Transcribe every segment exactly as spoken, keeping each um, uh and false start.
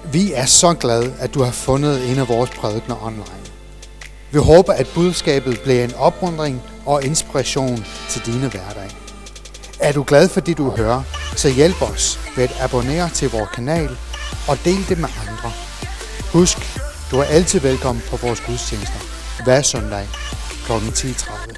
Vi er så glade, at du har fundet en af vores prædikener online. Vi håber, at budskabet bliver en opmuntring og inspiration til dine hverdag. Er du glad for det, du hører, så hjælp os ved at abonnere til vores kanal og del det med andre. Husk, du er altid velkommen på vores gudstjenester hver søndag klokken ti tredive.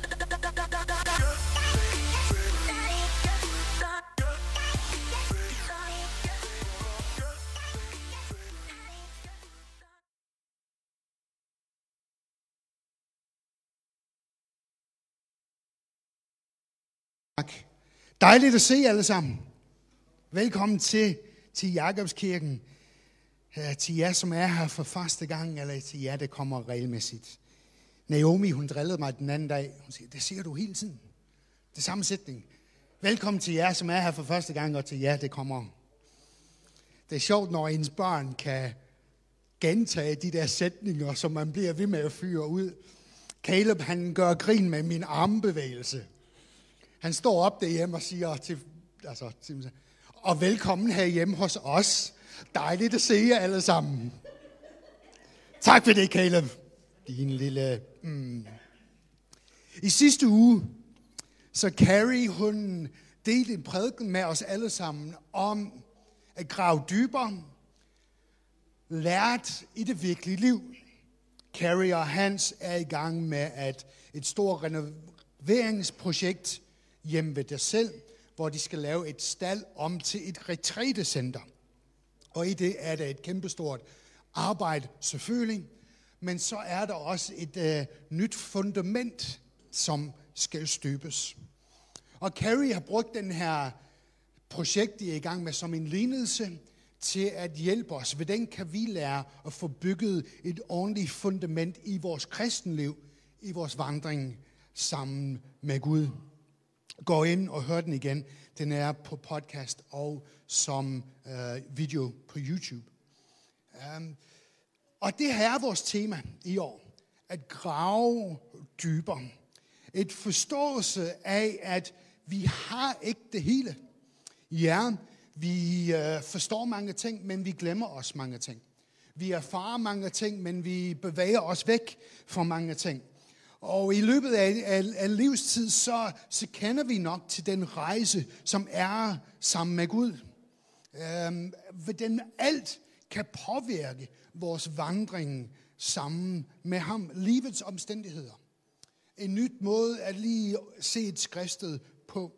Tak. Dejligt at se alle sammen. Velkommen til, til Jakobskirken. Til jer, som er her for første gang, eller til jer, der kommer regelmæssigt. Naomi, hun drillede mig den anden dag. Hun siger, det siger du hele tiden. Det er samme sætning. Velkommen til jer, som er her for første gang, og til jer, der kommer. Det er sjovt, når ens børn kan gentage de der sætninger, som man bliver ved med at fyre ud. Caleb, han gør grin med min armbevægelse. Han står op derhjemme og siger til, altså, til, og velkommen herhjemme hos os. Dejligt at se jer alle sammen. Tak for det, Caleb. Din lille... Mm. I sidste uge, så Carrie, hun delte en prædiken med os alle sammen om at grave dybere, lært i det virkelige liv. Carrie og Hans er i gang med at et stort renoveringsprojekt hjemme ved dig selv, hvor de skal lave et stald om til et retrætecenter. Og i det er der et kæmpestort arbejde selvfølgelig, men så er der også et øh, nyt fundament, som skal støbes. Og Carrie har brugt den her projekt, de er i gang med, som en lignelse til at hjælpe os. Hvordan kan vi lære at få bygget et ordentligt fundament i vores kristenliv, i vores vandring sammen med Gud. Gå ind og hør den igen. Den er på podcast og som uh, video på YouTube. Um, og det her er vores tema i år. At grave dybere. Et forståelse af, at vi har ikke det hele. Ja, vi uh, forstår mange ting, men vi glemmer også mange ting. Vi erfarer mange ting, men vi bevæger os væk fra mange ting. Og i løbet af, af, af livstid, så, så kender vi nok til den rejse, som er sammen med Gud. Øhm, hvordan alt kan påvirke vores vandring sammen med ham. Livets omstændigheder. En nyt måde at lige se et skriftsted på.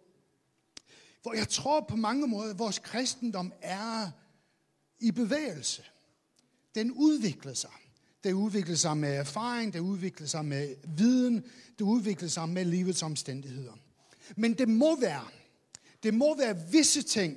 For jeg tror på mange måder, at vores kristendom er i bevægelse. Den udvikler sig. Det udvikler sig med erfaring, det udvikler sig med viden, det udvikler sig med livets omstændigheder. Men det må være, det må være visse ting,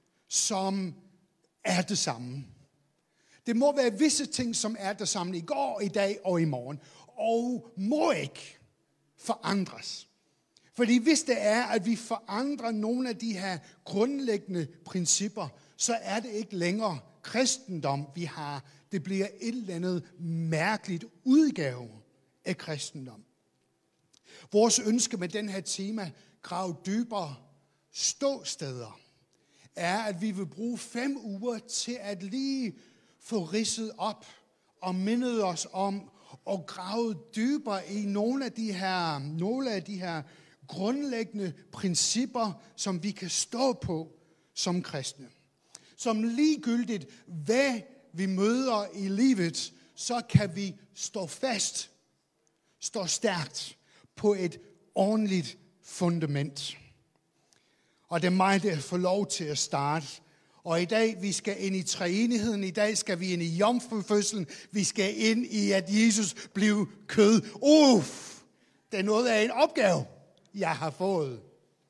som er det samme. Det må være visse ting, som er det samme i går, i dag og i morgen, og må ikke forandres. Fordi hvis det er, at vi forandrer nogle af de her grundlæggende principper, så er det ikke længere kristendom, vi har. Det bliver et eller andet mærkeligt udgave af kristendom. Vores ønske med den her tema, grav dybere ståsteder, er, at vi vil bruge fem uger til at lige få ridset op og mindet os om og grave dybere i nogle af de her, nogle af de her grundlæggende principper, som vi kan stå på som kristne. Som ligegyldigt, hvad vi møder i livet, så kan vi stå fast, stå stærkt på et ordentligt fundament. Og det er mig, der får lov til at starte. Og i dag, vi skal ind i treenigheden. I dag skal vi ind i jomfrufødslen. Vi skal ind i, at Jesus blev kød. Uff, det er noget af en opgave, jeg har fået.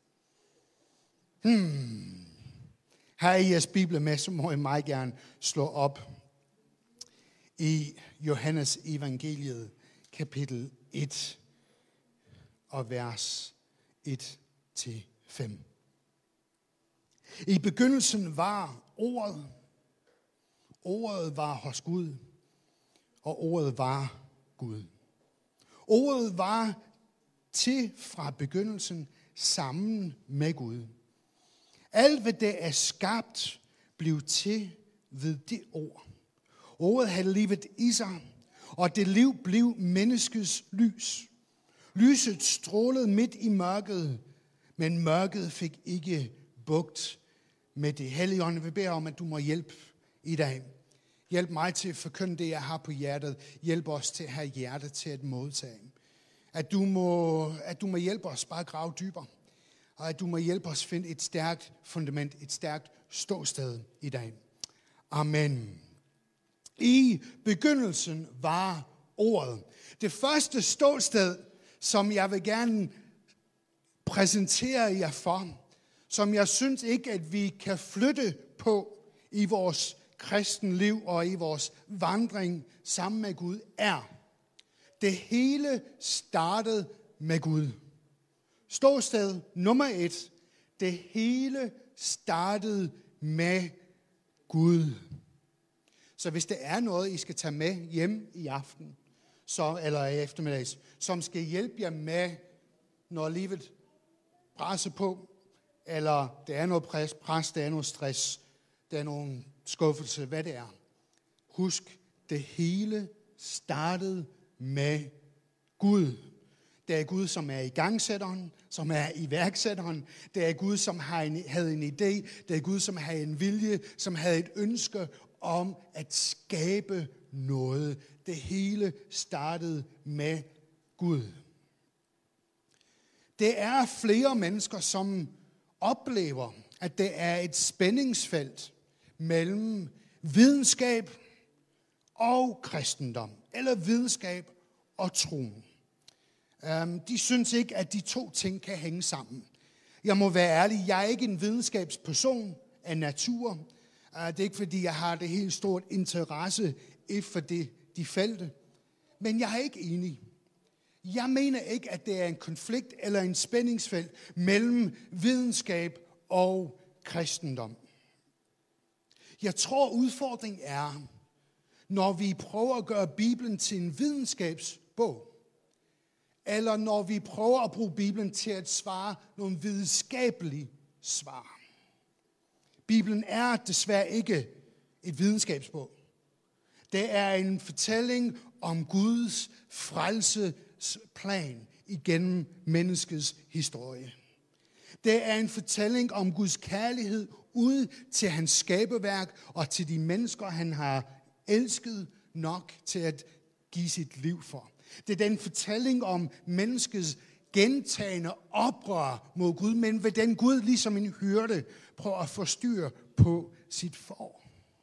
Hmm. Her i jeres Bibel med, så må I meget gerne slå op i Johannes evangeliet, kapitel et og vers et til fem. I begyndelsen var ordet. Ordet var hos Gud, og ordet var Gud. Ordet var til fra begyndelsen sammen med Gud. Alt hvad der er skabt, blev til ved det ord. Ordet havde livet i sig, og det liv blev menneskets lys. Lyset strålede midt i mørket, men mørket fik ikke bugt med det. Helligånd, vi beder om, at du må hjælpe i dag. Hjælp mig til at forkynde det, jeg har på hjertet. Hjælp os til at have hjertet til at modtage. At du må, at du må hjælpe os bare at grave dybere. Og at du må hjælpe os finde et stærkt fundament, et stærkt ståsted i dag. Amen. I begyndelsen var ordet. Det første ståsted, som jeg vil gerne præsentere jer for, som jeg synes ikke, at vi kan flytte på i vores kristenliv og i vores vandring sammen med Gud, er, det hele startede med Gud. Ståsted nummer et, det hele startede med Gud. Så hvis det er noget, I skal tage med hjem i aften, så, eller i eftermiddags, som skal hjælpe jer med, når livet presser på, eller det er noget pres, pres, det er noget stress, det er nogen skuffelse, hvad det er. Husk, det hele startede med Gud. Det er Gud, som er igangsætteren, som er iværksætteren. Det er Gud, som havde en idé. Det er Gud, som havde en vilje, som havde et ønske om at skabe noget. Det hele startede med Gud. Det er flere mennesker, som oplever, at det er et spændingsfelt mellem videnskab og kristendom, eller videnskab og troen. Um, de synes ikke, at de to ting kan hænge sammen. Jeg må være ærlig, jeg er ikke en videnskabsperson af natur. Uh, det er ikke, fordi jeg har det helt stort interesse i for det, de fælte. Men jeg er ikke enig. Jeg mener ikke, at det er en konflikt eller en spændingsfelt mellem videnskab og kristendom. Jeg tror, udfordringen er, når vi prøver at gøre Bibelen til en videnskabsbog, eller når vi prøver at bruge Bibelen til at svare nogle videnskabelige svar. Bibelen er desværre ikke et videnskabsbog. Det er en fortælling om Guds frelsesplan igennem menneskets historie. Det er en fortælling om Guds kærlighed ud til hans skaberværk og til de mennesker, han har elsket nok til at give sit liv for. Det er den fortælling om menneskets gentagende oprør mod Gud, men ved den Gud, ligesom en hyrde, prøver at få styr på sit får.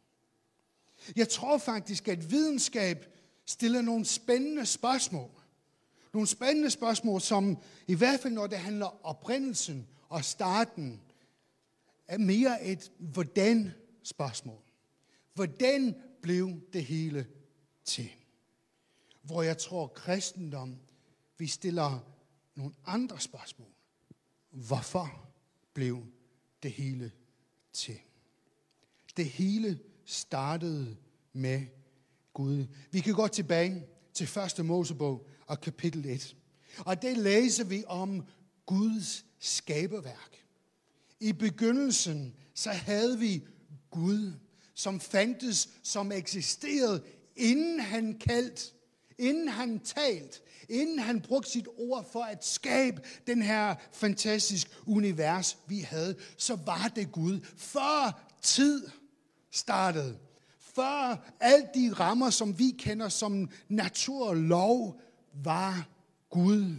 Jeg tror faktisk, at videnskab stiller nogle spændende spørgsmål. Nogle spændende spørgsmål, som i hvert fald, når det handler om oprindelsen og starten, er mere et hvordan spørgsmål. Hvordan blev det hele til? Hvor jeg tror, kristendom, vi stiller nogle andre spørgsmål. Hvorfor blev det hele til? Det hele startede med Gud. Vi kan gå tilbage til første Mosebog og kapitel et. Og det læser vi om Guds skaberværk. I begyndelsen så havde vi Gud, som fandtes, som eksisterede, inden han kaldte, inden han talte, inden han brugte sit ord for at skabe den her fantastiske univers, vi havde, så var det Gud. Før tid startede, før alle de rammer, som vi kender som natur og lov, var Gud.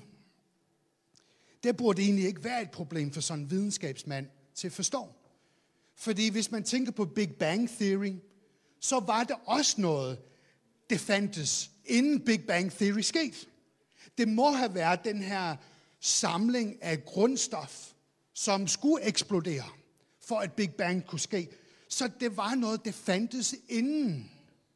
Det burde egentlig ikke være et problem for sådan en videnskabsmand til at forstå. Fordi hvis man tænker på Big Bang Theory, så var det også noget, det fandtes, inden Big Bang Theory skete. Det må have været den her samling af grundstof, som skulle eksplodere, for at Big Bang kunne ske. Så det var noget, det fandtes inden.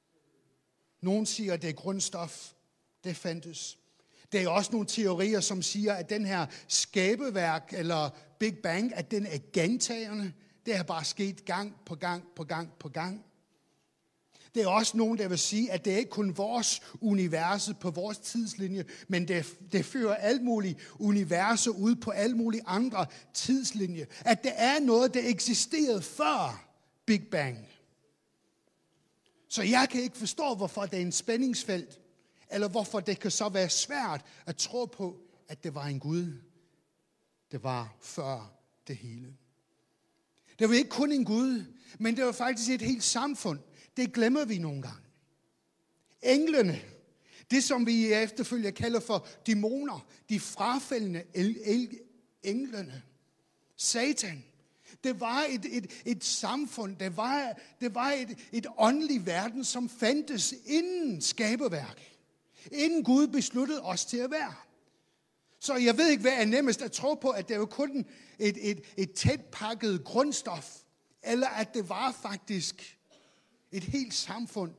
Nogen siger, at det er grundstof, det fandtes. Der er også nogle teorier, som siger, at den her skabeværk, eller Big Bang, at den er gentagende. Det har bare sket gang på gang på gang på gang. Der er også nogen, der vil sige, at det er ikke kun vores universet på vores tidslinje, men det, det fører alt muligt universer ud på alle mulige andre tidslinjer. At det er noget, der eksisterede før Big Bang. Så jeg kan ikke forstå, hvorfor det er en spændingsfelt, eller hvorfor det kan så være svært at tro på, at det var en Gud. Det var før det hele. Det var ikke kun en Gud, men det var faktisk et helt samfund. Det glemmer vi nogle gange. Englene, det som vi efterfølgende kalder for dæmoner, de frafaldende englene, Satan, det var et, et, et samfund, det var, det var et, et åndeligt verden, som fandtes inden skaberværk. Inden Gud besluttede os til at være. Så jeg ved ikke, hvad er nemmest at tro på, at det var kun et, et, et tæt pakket grundstof, eller at det var faktisk et helt samfund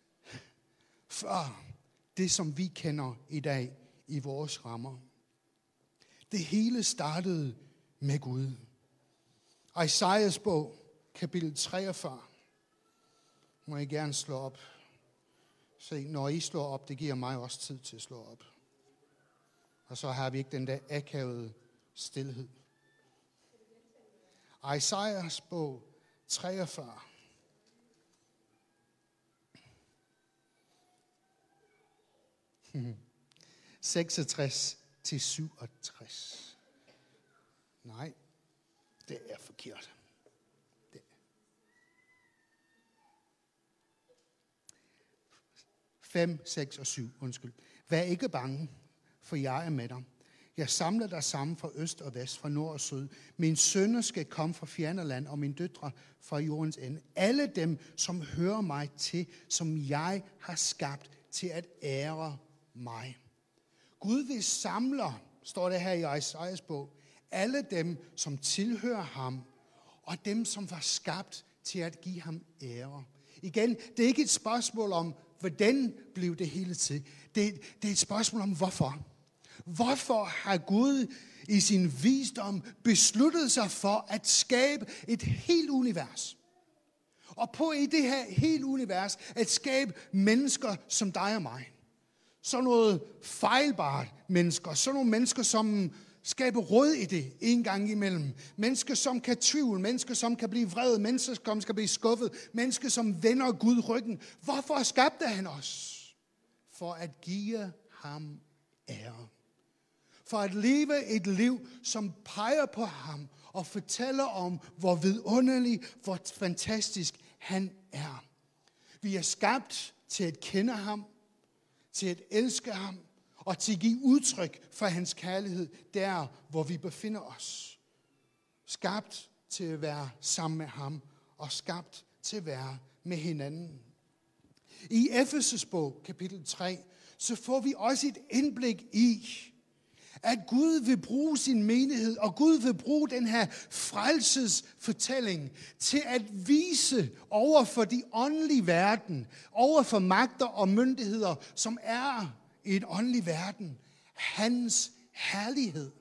før det, som vi kender i dag i vores rammer. Det hele startede med Gud. Esajas bog, kapitel treogfyrre, må I gerne slå op. Se, når I slår op, det giver mig også tid til at slå op. Og så har vi ikke den der akavede stilhed. Esajas bog treogfyrre. seksogtres til syvogtres. Nej, det er forkert. Det. fem, seks og syv, undskyld. Vær ikke bange, for jeg er med dig. Jeg samler dig sammen fra øst og vest, fra nord og syd. Mine sønner skal komme fra fjerne land, og mine døtre fra jordens ende. Alle dem, som hører mig til, som jeg har skabt til at ære mig. Gud vil samle, står det her i Esajas bog, alle dem, som tilhører ham, og dem, som var skabt til at give ham ære. Igen, det er ikke et spørgsmål om, hvordan blev det hele til. Det, det er et spørgsmål om, hvorfor. Hvorfor har Gud i sin visdom besluttet sig for at skabe et helt univers? Og på i det her helt univers at skabe mennesker som dig og mig. Sådan noget fejlbart mennesker. Sådan nogle mennesker, som skaber råd i det en gang imellem. Mennesker, som kan tvivle. Mennesker, som kan blive vrede. Mennesker, som kan blive skuffet. Mennesker, som vender Gud ryggen. Hvorfor skabte han os? For at give ham ære. For at leve et liv, som peger på ham og fortæller om, hvor vidunderlig, hvor fantastisk han er. Vi er skabt til at kende ham, til at elske ham, og til at give udtryk for hans kærlighed der, hvor vi befinder os. Skabt til at være sammen med ham, og skabt til at være med hinanden. I Efeses bog, kapitel tre, så får vi også et indblik i, at Gud vil bruge sin menighed, og Gud vil bruge den her frelsesfortælling til at vise over for de åndelige verden, over for magter og myndigheder, som er i en åndelig verden, hans herlighed.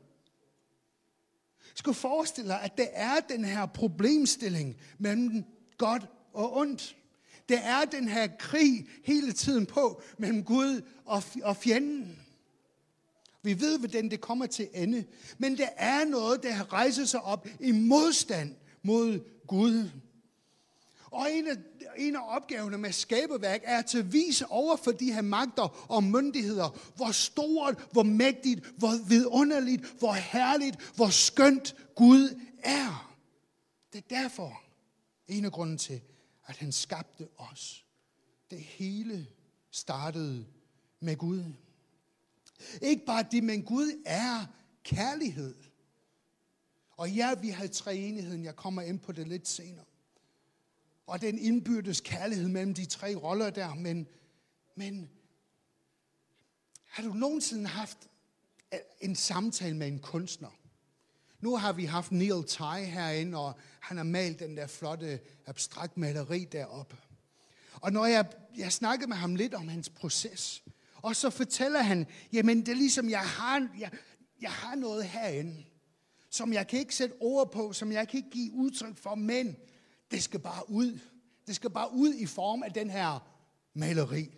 Jeg skal forestille dig, at det er den her problemstilling mellem godt og ondt. Det er den her krig hele tiden på mellem Gud og fjenden. Vi ved, hvordan det kommer til ende. Men der er noget, der rejser sig op i modstand mod Gud. Og en af, en af opgaverne med skaberværk er til at vise over for de her magter og myndigheder, hvor stort, hvor mægtigt, hvor vidunderligt, hvor herligt, hvor skønt Gud er. Det er derfor en af grunden til, at han skabte os. Det hele startede med Gud. Ikke bare det, men Gud er kærlighed. Og ja, vi har treenigheden, jeg kommer ind på det lidt senere. Og den indbyrdes kærlighed mellem de tre roller der, men, men har du nogensinde haft en samtale med en kunstner? Nu har vi haft Neil Ty herinde, og han har malet den der flotte abstrakt maleri deroppe. Og når jeg, jeg snakkede med ham lidt om hans proces, og så fortæller han, jamen det er ligesom, jeg har, jeg, jeg har noget herinde, som jeg kan ikke sætte ord på, som jeg kan ikke give udtryk for, men det skal bare ud. Det skal bare ud i form af den her maleri.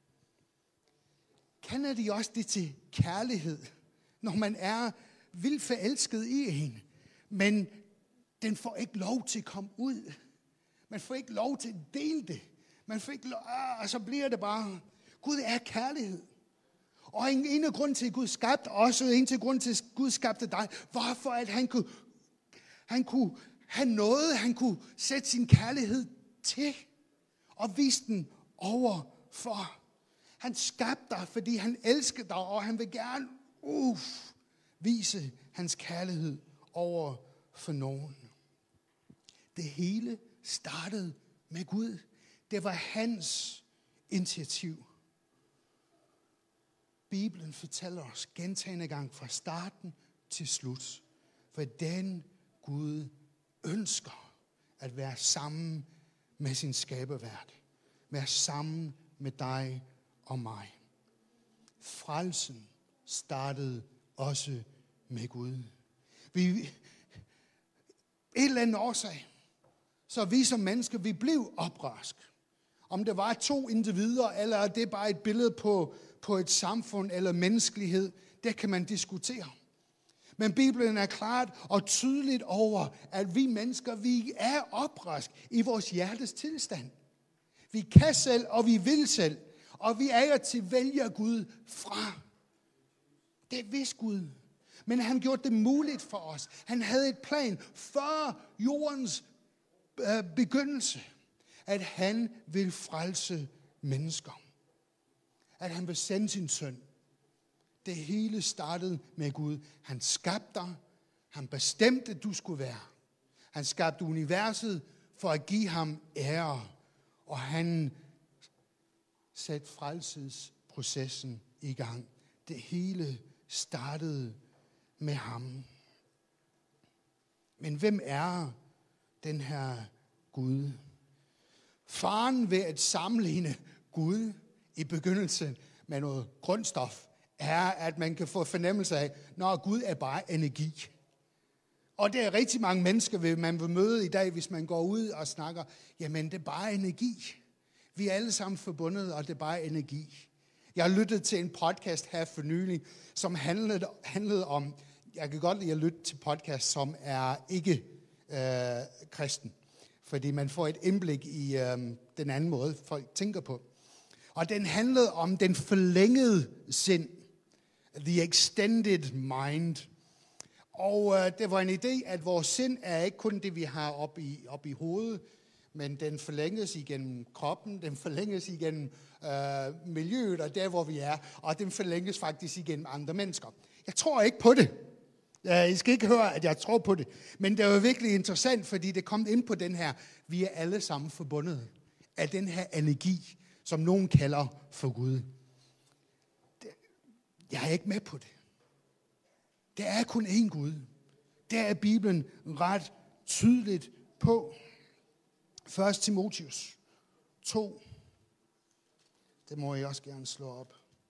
Kender de også det til kærlighed, når man er vildt forelsket i en, men den får ikke lov til at komme ud. Man får ikke lov til at dele det. Man fik, og så bliver det bare. Gud er kærlighed. Og en, en af grunden til, at Gud skabte os, og en til grund til, at Gud skabte dig, var for, at han kunne, han kunne have noget, han kunne sætte sin kærlighed til, og vise den over for. Han skabte dig, fordi han elsker dig, og han vil gerne uh, vise hans kærlighed over for nogen. Det hele startede med Gud. Det var hans initiativ. Bibelen fortæller os gentagne gange fra starten til slut, hvordan Gud ønsker at være sammen med sin skaberværk. Være sammen med dig og mig. Frelsen startede også med Gud. Vi, et eller andet årsag, så vi som mennesker, vi blev oprørsk. Om det var to individer, eller det er bare et billede på, på et samfund eller menneskelighed, det kan man diskutere. Men Bibelen er klart og tydeligt over, at vi mennesker, vi er oprørsk i vores hjertes tilstand. Vi kan selv, og vi vil selv, og vi er til vælger Gud fra. Det vidste Gud. Men han gjorde det muligt for os. Han havde et plan før jordens øh, begyndelse, at han vil frelse mennesker. At han vil sende sin søn. Det hele startede med Gud. Han skabte dig. Han bestemte, at du skulle være. Han skabte universet for at give ham ære. Og han satte frelsesprocessen i gang. Det hele startede med ham. Men hvem er den her Gud? Faren ved at sammenligne Gud i begyndelsen med noget grundstof, er, at man kan få fornemmelse af, når Gud er bare energi. Og det er rigtig mange mennesker, man vil møde i dag, hvis man går ud og snakker, jamen det er bare energi. Vi er alle sammen forbundet, og det er bare energi. Jeg har lyttet til en podcast her for nylig, som handlede, handlede om, jeg kan godt lide at lytte til podcast, som er ikke øh, kristen. Fordi man får et indblik i øh, den anden måde, folk tænker på. Og den handlede om den forlængede sind. The extended mind. Og øh, det var en idé, at vores sind er ikke kun det, vi har oppe i, op i hovedet, men den forlænges igennem kroppen, den forlænges igennem øh, miljøet og der, hvor vi er, og den forlænges faktisk igennem andre mennesker. Jeg tror ikke på det. I skal ikke høre, at jeg tror på det. Men det er jo virkelig interessant, fordi det kom ind på den her, vi er alle sammen forbundet af den her energi, som nogen kalder for Gud. Jeg er ikke med på det. Det er kun én Gud. Det er Bibelen ret tydeligt på. Første Timotheus to. Det må jeg også gerne slå op.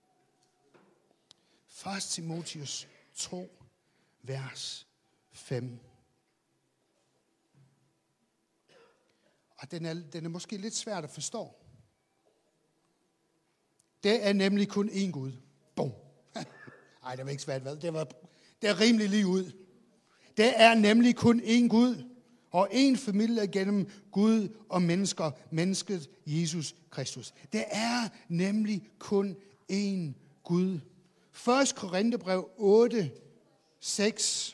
Første Timotheus to, vers fem. Og den er, den er måske lidt svært at forstå. Det er nemlig kun én Gud. Bum. Ej, det var ikke svært, hvad? Det var, det er rimelig lige ud. Det er nemlig kun én Gud, og én familie gennem Gud og mennesker, mennesket Jesus Kristus. Det er nemlig kun én Gud. Første Korintherbrev otte, seks.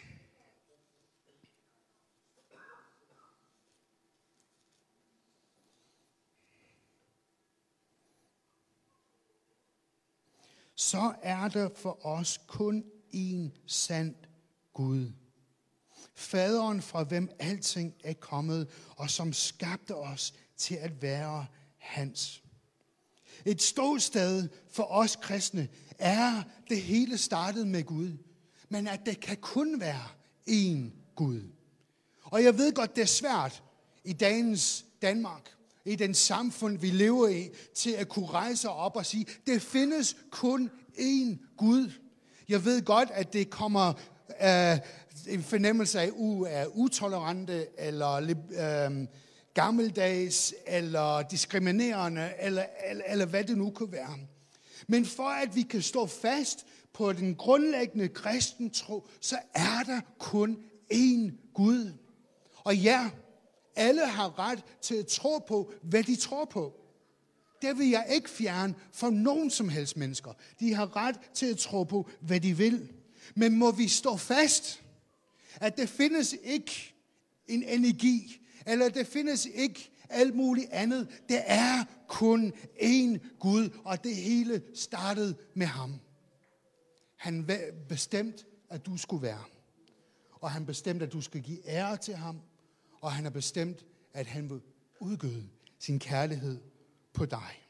Så er der for os kun én sand Gud. Faderen, fra hvem alting er kommet, og som skabte os til at være hans. Et ståsted for os kristne er, det hele startet med Gud, men at det kan kun være én Gud. Og jeg ved godt, det er svært i dagens Danmark, i den samfund, vi lever i, til at kunne rejse op og sige, det findes kun én Gud. Jeg ved godt, at det kommer uh, en fornemmelse af, uh, af utolerante, eller uh, gammeldags, eller diskriminerende, eller, eller, eller hvad det nu kunne være. Men for at vi kan stå fast på den grundlæggende kristen tro, så er der kun én Gud. Og ja, alle har ret til at tro på, hvad de tror på. Det vil jeg ikke fjerne for nogen som helst mennesker. De har ret til at tro på, hvad de vil. Men må vi stå fast, at der findes ikke en energi, eller der findes ikke alt muligt andet. Det er kun én Gud, og det hele startede med ham. Han bestemte, at du skulle være. Og han bestemte, at du skal give ære til ham. Og han har bestemt, at han vil udgyde sin kærlighed på dig.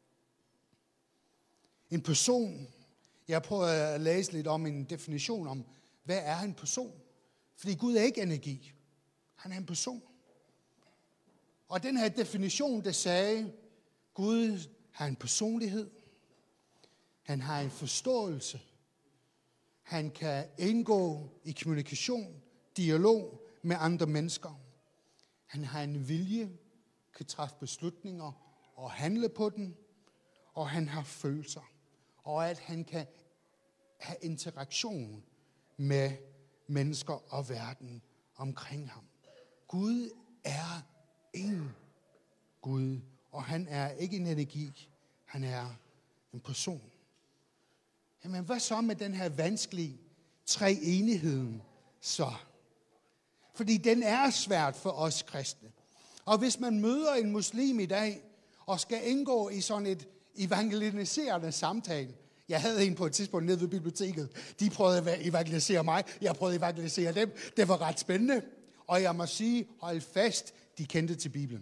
En person, jeg prøver at læse lidt om en definition om, hvad er en person? Fordi Gud er ikke energi. Han er en person. Og den her definition, der sagde, Gud har en personlighed. Han har en forståelse. Han kan indgå i kommunikation, dialog med andre mennesker. Han har en vilje, kan træffe beslutninger og handle på den. Og han har følelser. Og at han kan have interaktion med mennesker og verden omkring ham. Gud er en Gud, og han er ikke en energi, han er en person. Jamen, hvad så med den her vanskelige treenigheden så? Fordi den er svært for os kristne. Og hvis man møder en muslim i dag, og skal indgå i sådan et evangeliserende samtale. Jeg havde en på et tidspunkt nede ved biblioteket. De prøvede at evangelisere mig. Jeg prøvede at evangelisere dem. Det var ret spændende. Og jeg må sige, hold fast, de kendte til Bibelen.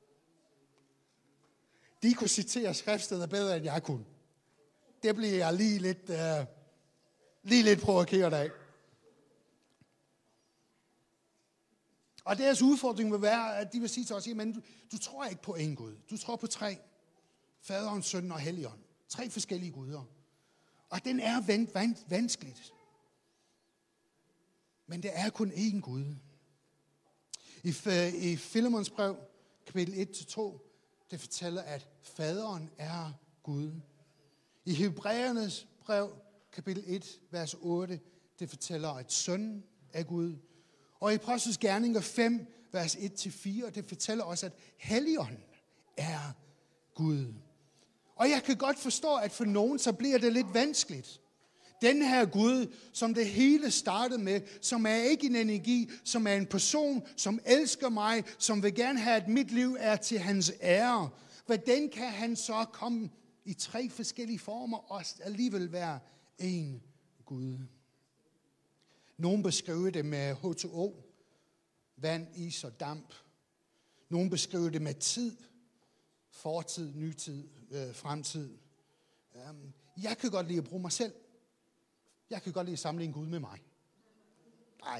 De kunne citere skriftsteder bedre, end jeg kunne. Det blev jeg lige lidt, uh, lige lidt provokeret af. Og deres udfordring vil være, at de vil sige til os, men du, du tror ikke på én Gud. Du tror på tre. Faderen, Sønnen og Helligånden. Tre forskellige guder. Og den er van, van, vanskeligt. Men det er kun én Gud. I, i Filemons brev, kapitel et til to, det fortæller, at faderen er Gud. I Hebræernes brev, kapitel et, vers otte, det fortæller, at sønnen er Gud. Og i Apostles Gerninger fem, vers et til fire, det fortæller også, at Helligånden er Gud. Og jeg kan godt forstå, at for nogen, så bliver det lidt vanskeligt. Den her Gud, som det hele startede med, som er ikke en energi, som er en person, som elsker mig, som vil gerne have, at mit liv er til hans ære. Hvordan kan han så komme i tre forskellige former og alligevel være en Gud? Nogle beskriver det med H to O, vand, is og damp. Nogle beskriver det med tid, fortid, nytid, øh, fremtid. Um, jeg kan godt lide at bruge mig selv. Jeg kan godt lide at sammenligne Gud med mig. Nej.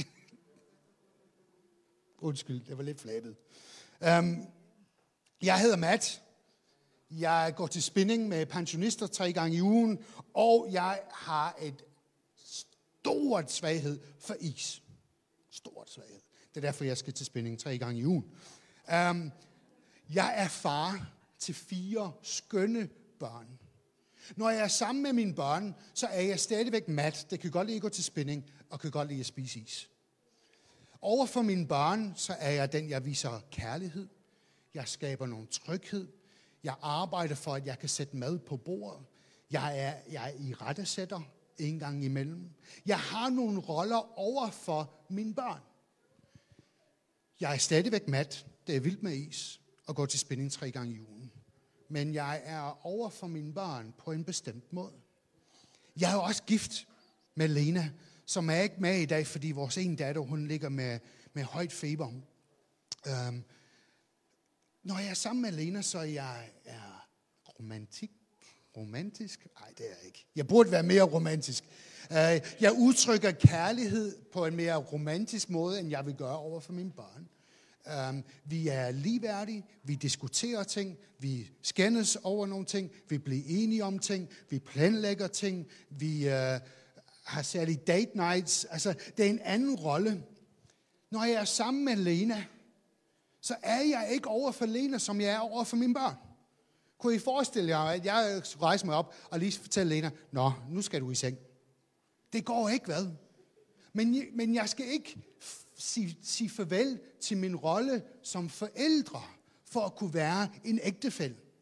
Undskyld, det var lidt flattet. Um, jeg hedder Matt. Jeg går til spinning med pensionister tre gange i ugen, og jeg har et stort svaghed for is. Stort svaghed. Det er derfor, jeg skal til spinning tre gange i ugen. Um, jeg er far til fire skønne børn. Når jeg er sammen med mine børn, så er jeg stadigvæk Matt. Det kan godt lide at gå til spinning, og kan godt lide at spise is. Over for mine børn, så er jeg den, jeg viser kærlighed. Jeg skaber nogen tryghed. Jeg arbejder for, at jeg kan sætte mad på bordet. Jeg er, jeg er i rettesætter en gang imellem. Jeg har nogle roller over for mine børn. Jeg er stadigvæk Matt. Det er vildt med is og går til spinning tre gange i ugen. Men jeg er over for mine børn på en bestemt måde. Jeg er jo også gift med Lena, som er ikke med i dag, fordi vores ene datter, hun ligger med, med højt feber. Um, når jeg er sammen med Lena, så er jeg er romantik. Romantisk? Nej, det er jeg ikke. Jeg burde være mere romantisk. Uh, jeg udtrykker kærlighed på en mere romantisk måde, end jeg vil gøre over for mine børn. Um, vi er ligeværdige, vi diskuterer ting, vi skændes over nogle ting, vi bliver enige om ting, vi planlægger ting, vi uh, har særlige date nights. Altså, det er en anden rolle. Når jeg er sammen med Lena, så er jeg ikke over for Lena, som jeg er over for mine børn. Kunne I forestille jer, at jeg rejser mig op og lige fortæller Lena, nå, nu skal du i seng. Det går ikke, hvad? Men, men jeg skal ikke sige, sige farvel til min rolle som forældre, for at kunne være en ægtefælle.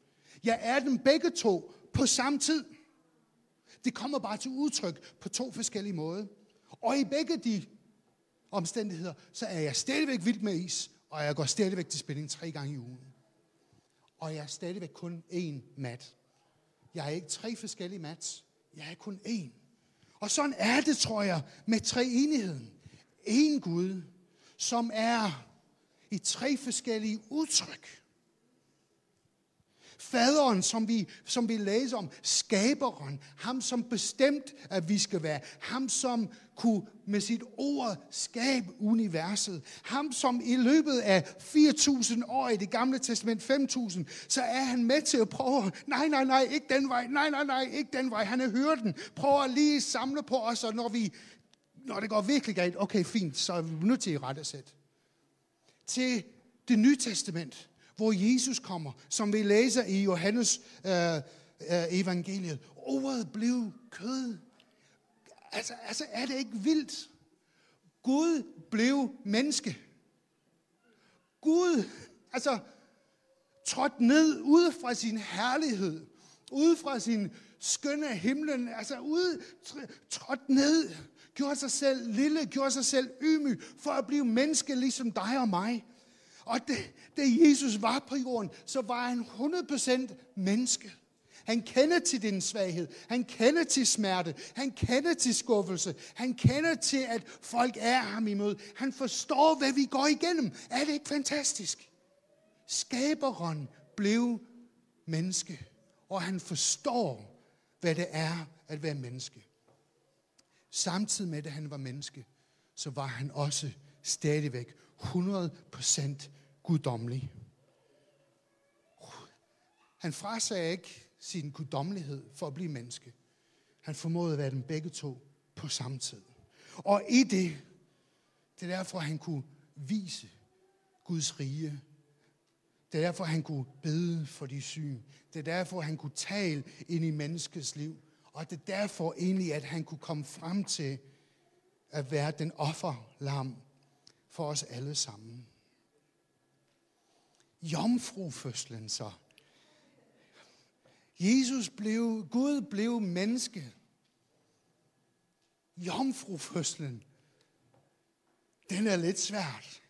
Jeg er dem begge to på samme tid. Det kommer bare til udtryk på to forskellige måder. Og i begge de omstændigheder, så er jeg stadigvæk vild med is, og jeg går stadigvæk til spinning tre gange i ugen. Og jeg er stadigvæk kun én mat. Jeg er ikke tre forskellige mats. Jeg er kun én. Og sådan er det, tror jeg, med treenigheden. En Gud, som er i tre forskellige udtryk. Faderen, som vi, som vi læser om, skaberen, ham som bestemt, at vi skal være, ham som kunne med sit ord skabe universet, ham som i løbet af fire tusind år i det gamle testament, fem tusind, så er han med til at prøve, nej, nej, nej, ikke den vej, nej, nej, nej, ikke den vej, han er hyrden, prøver at lige samle på os, og når, vi, når det går virkelig galt, okay, fint, så er vi nødt til at rette sæt. Til det nye testament, hvor Jesus kommer, som vi læser i Johannes øh, øh, evangeliet. Ordet blev kød. Altså, altså, er det ikke vildt? Gud blev menneske. Gud, altså, trådte ned ude fra sin herlighed, ude fra sin skønne himlen, altså ude, trådte ned, gjorde sig selv lille, gjorde sig selv ydmyg, for at blive menneske ligesom dig og mig. Og da, da Jesus var på jorden, så var han hundrede procent menneske. Han kender til din svaghed. Han kender til smerte. Han kender til skuffelse. Han kender til, at folk er ham imod. Han forstår, hvad vi går igennem. Er det ikke fantastisk? Skaberen blev menneske, og han forstår, hvad det er at være menneske. Samtidig med, at han var menneske, så var han også stadigvæk hundrede procent guddommelig. Han frasagde ikke sin guddommelighed for at blive menneske. Han formåede at være dem begge to på samme tid. Og i det, det er derfor, han kunne vise Guds rige. Det er derfor, han kunne bede for de syge. Det er derfor, han kunne tale ind i menneskets liv. Og det er derfor egentlig, at han kunne komme frem til at være den offerlam for os alle sammen. Jomfrufødslen så. Jesus blev, Gud blev menneske. Jomfrufødslen, den er lidt svært.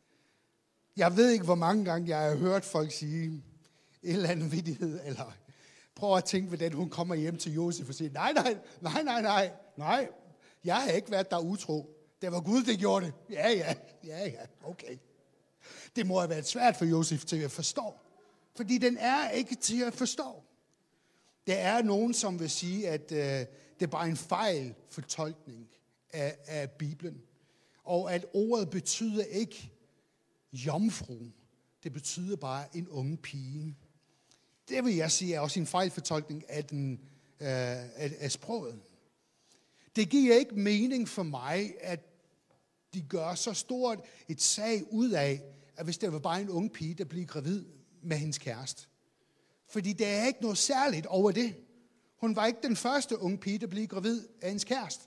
Jeg ved ikke, hvor mange gange jeg har hørt folk sige en eller anden vittighed, eller prøv at tænke, hvordan hun kommer hjem til Josef og siger, nej, nej, nej, nej, nej, nej, jeg har ikke været der utro. Det var Gud, der gjorde det. Ja, ja, ja, ja, okay. Det må have været svært for Josef til at forstå. Fordi den er ikke til at forstå. Der er nogen, som vil sige, at øh, det er bare en fejl fortolkning af, af Bibelen. Og at ordet betyder ikke jomfru. Det betyder bare en ung pige. Det vil jeg sige er også en fejlfortolkning af, den, øh, af, af sproget. Det giver ikke mening for mig, at de gør så stort et sag ud af, at hvis det var bare en ung pige, der blev gravid med hendes kæreste. Fordi der er ikke noget særligt over det. Hun var ikke den første unge pige, der blev gravid af hendes kæreste.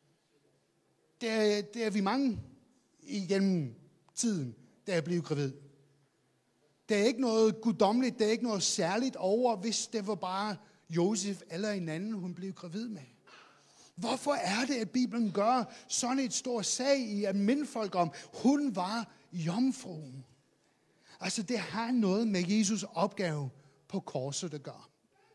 Det er, det er vi mange igennem tiden, der er blevet gravid. Der er ikke noget guddommeligt, der er ikke noget særligt over, hvis det var bare Josef eller en anden, hun blev gravid med. Hvorfor er det, at Bibelen gør sådan et stort sag i at minde folk om, hun var jomfruen? Altså, det har noget med Jesus' opgave på korset at gøre.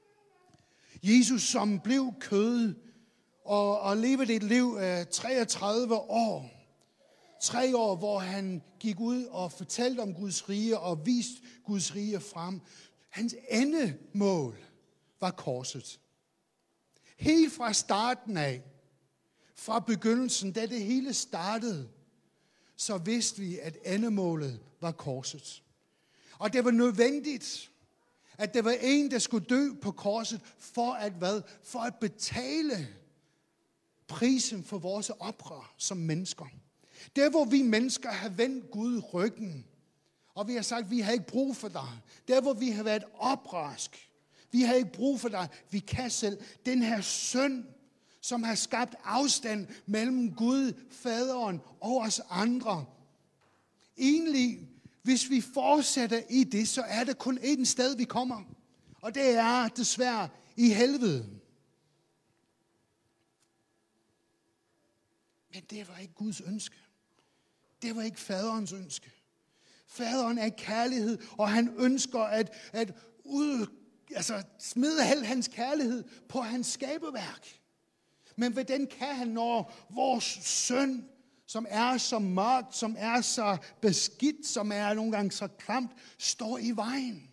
Jesus, som blev kød og, og levede et liv af treogtredive år. Tre år, hvor han gik ud og fortalte om Guds rige og viste Guds rige frem. Hans endemål var korset. Helt fra starten af, fra begyndelsen, da det hele startede, så vidste vi, at endemålet var korset. Og det var nødvendigt, at der var en, der skulle dø på korset, for at hvad? For at betale prisen for vores oprør som mennesker. Der, hvor vi mennesker har vendt Gud ryggen, og vi har sagt, at vi har ikke brug for dig. Der, hvor vi har været oprørsk. Vi har ikke brug for dig. Vi kan selv. Den her synd, som har skabt afstand mellem Gud, faderen og os andre. Egentlig, hvis vi fortsætter i det, så er det kun et sted, vi kommer. Og det er desværre i helvede. Men det var ikke Guds ønske. Det var ikke faderens ønske. Faderen er kærlighed, og han ønsker at, at ud, altså, smide al hans kærlighed på hans skaberværk. Men hvordan kan han, når vores synd, som er så mørkt, som er så beskidt, som er nogle gange så klamt, står i vejen?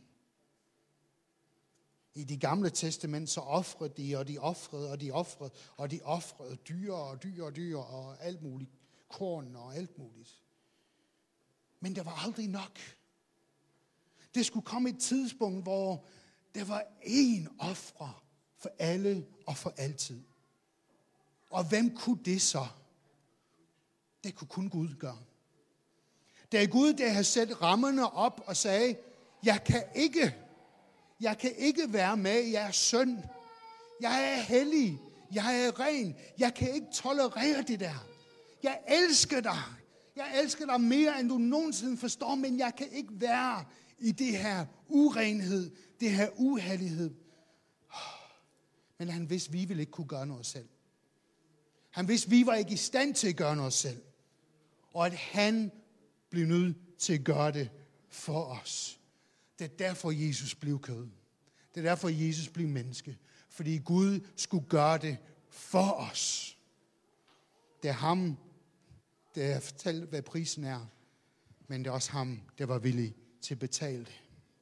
I det gamle testament så offrede de, og de offrede, og de offrede, og de offrede dyr og dyr og dyr og alt muligt, korn og alt muligt. Men det var aldrig nok. Det skulle komme et tidspunkt, hvor der var én offer for alle og for altid. Og hvem kunne det så? Det kunne kun Gud gøre. Det er Gud, der har sat rammerne op og sagde, jeg kan ikke, jeg kan ikke være med jeres synd. Jeg er hellig. Jeg er ren. Jeg kan ikke tolerere det der. Jeg elsker dig. Jeg elsker dig mere, end du nogensinde forstår, men jeg kan ikke være i det her urenhed, det her uhellighed. Men han vidste, vi ville ikke kunne gøre noget selv. Han vidste, vi var ikke i stand til at gøre noget selv. Og at han blev nødt til at gøre det for os. Det er derfor, Jesus blev kød. Det er derfor, Jesus blev menneske. Fordi Gud skulle gøre det for os. Det er ham, der har fortalt, hvad prisen er. Men det er også ham, der var villig til at betale det.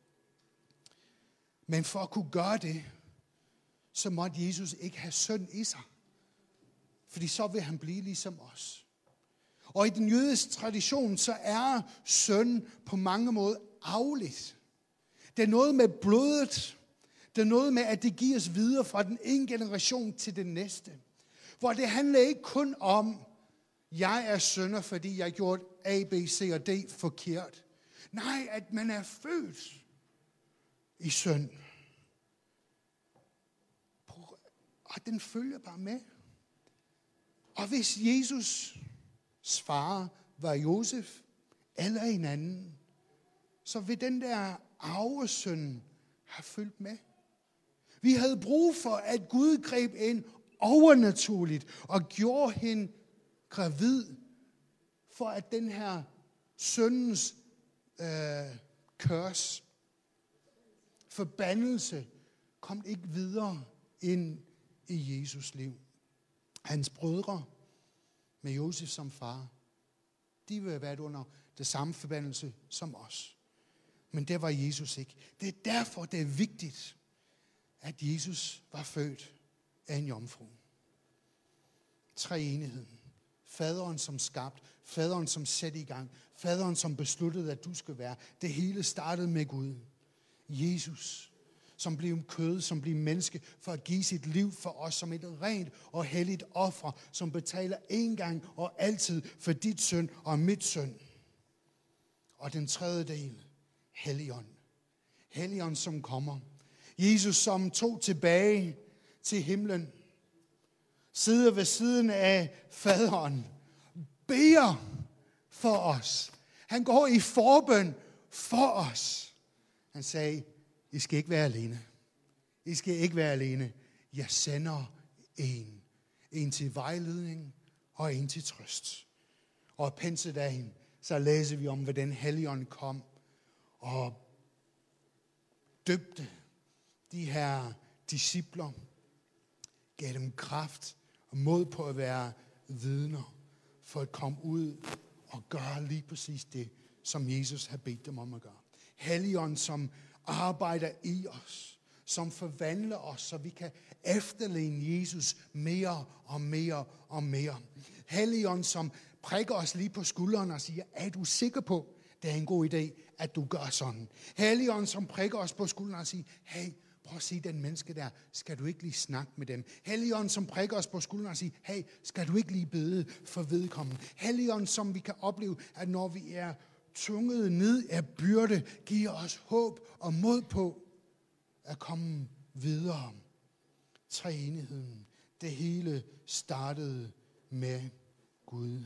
Men for at kunne gøre det, så måtte Jesus ikke have synd i sig. Fordi så vil han blive ligesom os. Og i den jødiske tradition, så er synd på mange måder arveligt. Det er noget med blodet. Det er noget med, at det gives videre fra den ene generation til den næste. Hvor det handler ikke kun om, jeg er synder, fordi jeg har gjort A, B, C og D forkert. Nej, at man er født i synd. Og den følger bare med. Og hvis Jesus' far var Josef eller en anden, så vil den der arvesynd have fulgt med. Vi havde brug for, at Gud greb ind overnaturligt og gjorde hende gravid, for at den her syndens øh, kørs, forbandelse, kom ikke videre ind i Jesus liv. Hans brødre med Josef som far, de ville have været under det samme forbandelse som os. Men det var Jesus ikke. Det er derfor, det er vigtigt, at Jesus var født af en jomfru. Treenigheden. Faderen som skabt, faderen som satte i gang, faderen som besluttede, at du skal være. Det hele startede med Gud. Jesus, som blev kød, som blev menneske, for at give sit liv for os som et rent og helligt offer, som betaler en gang og altid for dit synd og mit synd. Og den tredje del, Helligånd. Helligånd, som kommer. Jesus, som tog tilbage til himlen, sidder ved siden af faderen, beder for os. Han går i forbøn for os. Han sagde, I skal ikke være alene. I skal ikke være alene. Jeg sender en. En til vejledning og en til trøst. Og pinsedagen, så læser vi om, hvordan Helligånden kom og døbte de her discipler, gav dem kraft og mod på at være vidner, for at komme ud og gøre lige præcis det, som Jesus har bedt dem om at gøre. Helligånden, som arbejder i os, som forvandler os, så vi kan efterligne Jesus mere og mere og mere. Helligånden, som prikker os lige på skulderen og siger, er du sikker på, det er en god idé, at du gør sådan. Helligånden, som prikker os på skulderen og siger, hey, prøv at sige den menneske der, skal du ikke lige snakke med dem? Helligånden, som prikker os på skulderen og siger, hey, skal du ikke lige bede for vedkommende? Helligånden, som vi kan opleve, at når vi er tunget ned af byrde, giver os håb og mod på at komme videre. Treenigheden. Det hele startede med Gud.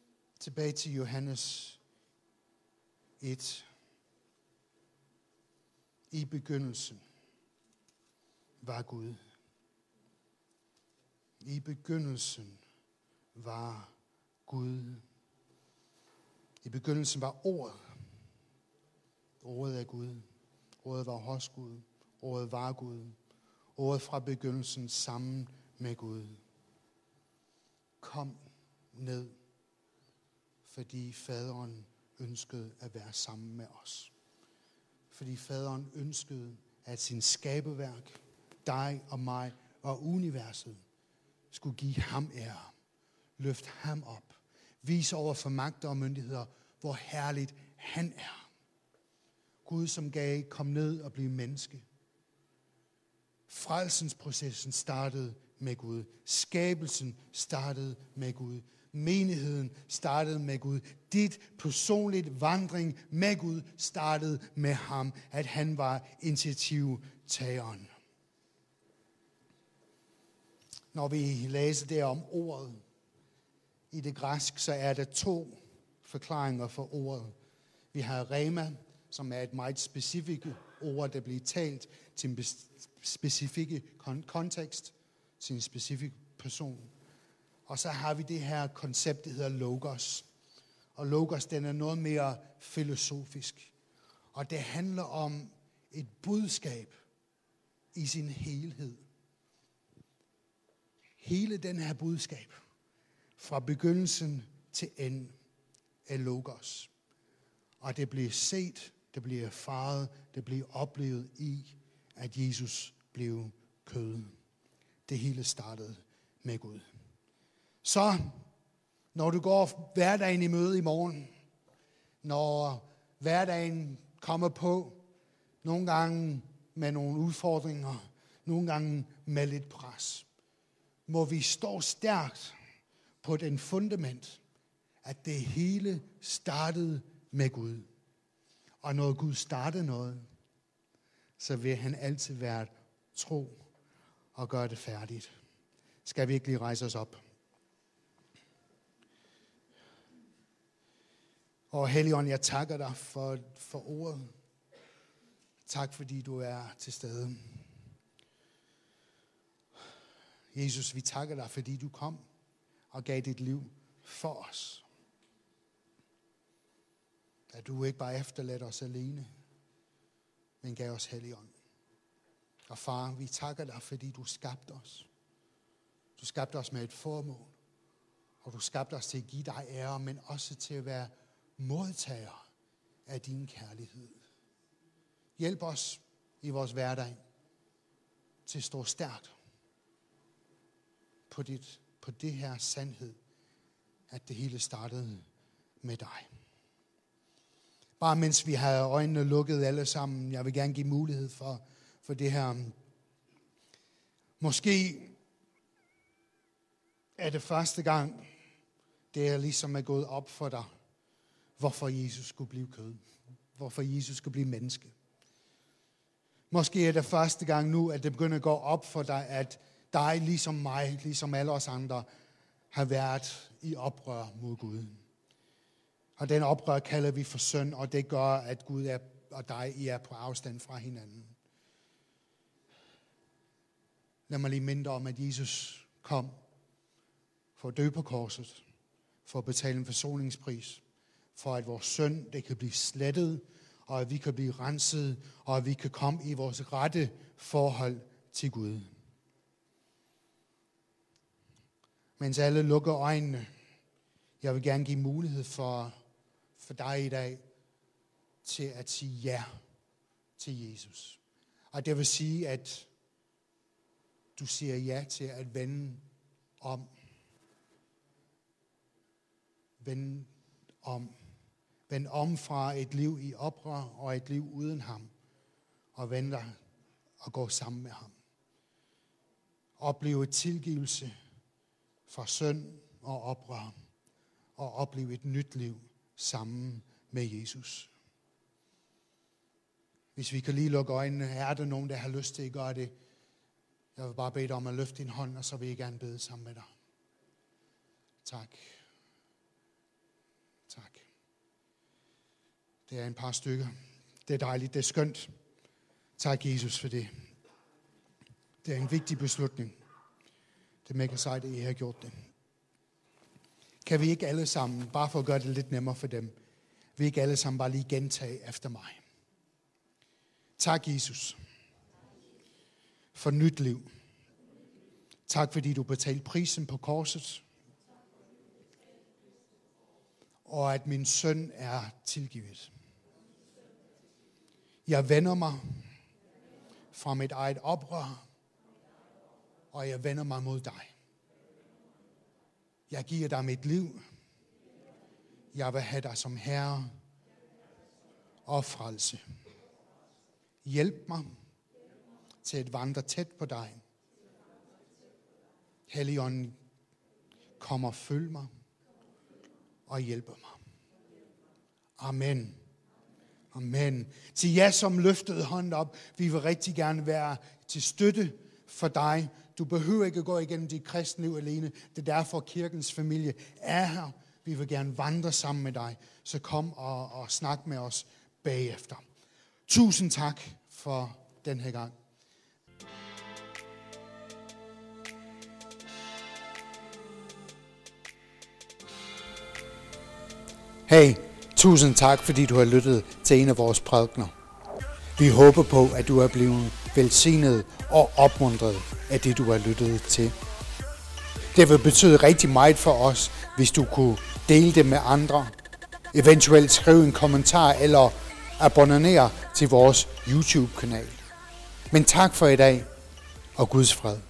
Tilbage til Johannes et. I begyndelsen var Gud. I begyndelsen var Gud. I begyndelsen var ordet. Ordet er Gud. Ordet var hos Gud. Ordet var Gud. Ordet fra begyndelsen sammen med Gud. Kom ned, fordi faderen ønskede at være sammen med os. Fordi faderen ønskede, at sin skabeværk, dig og mig og universet, skulle give ham ære. Løft ham op. Vis over for magter og myndigheder, hvor herligt han er. Gud, som gav, kom ned og blev menneske. Frelsensprocessen startede med Gud. Skabelsen startede med Gud. Menigheden startede med Gud. Dit personligt vandring med Gud startede med ham, at han var initiativtageren. Når vi læser det om ordet i det græsk, så er der to forklaringer for ordet. Vi har rema, som er et meget specifikt ord, der bliver talt til en specifik kontekst, til en specifik person. Og så har vi det her koncept, der hedder logos. Og logos, den er noget mere filosofisk. Og det handler om et budskab i sin helhed. Hele den her budskab, fra begyndelsen til enden, er logos. Og det bliver set, det bliver erfaret, det bliver oplevet i, at Jesus blev kød. Det hele startede med Gud. Så, når du går hverdagen i møde i morgen, når hverdagen kommer på, nogle gange med nogle udfordringer, nogle gange med lidt pres, må vi stå stærkt på den fundament, at det hele startede med Gud. Og når Gud startede noget, så vil han altid være tro og gøre det færdigt. Skal vi ikke lige rejse os op? Og Helligånd, jeg takker dig for, for ordet. Tak fordi du er til stede. Jesus, vi takker dig, fordi du kom og gav dit liv for os. At du ikke bare efterladt os alene, men gav os Helligånd. Og far, vi takker dig, fordi du skabte os. Du skabte os med et formål. Og du skabte os til at give dig ære, men også til at være modtager af din kærlighed. Hjælp os i vores hverdag til at stå stærkt på, dit, på det her sandhed, at det hele startede med dig. Bare mens vi har øjnene lukket alle sammen, jeg vil gerne give mulighed for, for det her. Måske er det første gang, det er ligesom er gået op for dig, hvorfor Jesus skulle blive kød. Hvorfor Jesus skulle blive menneske. Måske er det første gang nu, at det begynder at gå op for dig, at dig, ligesom mig, ligesom alle os andre, har været i oprør mod Gud. Og den oprør kalder vi for synd, og det gør, at Gud er, og dig, I er på afstand fra hinanden. Lad mig lige minde om, at Jesus kom for at dø på korset, for at betale en forsoningspris, for at vores synd, det kan blive slettet, og at vi kan blive renset, og at vi kan komme i vores rette forhold til Gud. Mens alle lukker øjnene, jeg vil gerne give mulighed for, for dig i dag, til at sige ja til Jesus. Og det vil sige, at du siger ja til at vende om. Vende om. Vend om fra et liv i oprør og et liv uden ham. Og vend dig og gå sammen med ham. Opleve tilgivelse fra synd og oprør. Og opleve et nyt liv sammen med Jesus. Hvis vi kan lige lukke øjnene, er der nogen, der har lyst til at gøre det? Jeg vil bare bede dig om at løfte din hånd, og så vil jeg gerne bede sammen med dig. Tak. Tak. Det er en par stykker. Det er dejligt, det er skønt. Tak, Jesus, for det. Det er en vigtig beslutning. Det er mega sejt, at I har gjort det. Kan vi ikke alle sammen, bare for at gøre det lidt nemmere for dem, vi ikke alle sammen bare lige gentage efter mig. Tak, Jesus, for nyt liv. Tak, fordi du betalte prisen på korset, og at min søn er tilgivet. Jeg vender mig fra mit eget oprør, og jeg vender mig mod dig. Jeg giver dig mit liv. Jeg vil have dig som herre og frelse. Hjælp mig til at vandre tæt på dig. Helligånden, kom og følg mig og hjælpe mig. Amen. Amen. Til jer, som løftede hånden op, vi vil rigtig gerne være til støtte for dig. Du behøver ikke gå igennem dit kristne liv alene. Det er derfor, kirkens familie er her. Vi vil gerne vandre sammen med dig. Så kom og, og snak med os bagefter. Tusind tak for den her gang. Hey, tusind tak, fordi du har lyttet til en af vores prædikener. Vi håber på, at du er blevet velsignet og opmuntret af det, du har lyttet til. Det vil betyde rigtig meget for os, hvis du kunne dele det med andre. Eventuelt skrive en kommentar eller abonnere til vores YouTube-kanal. Men tak for i dag, og Guds fred.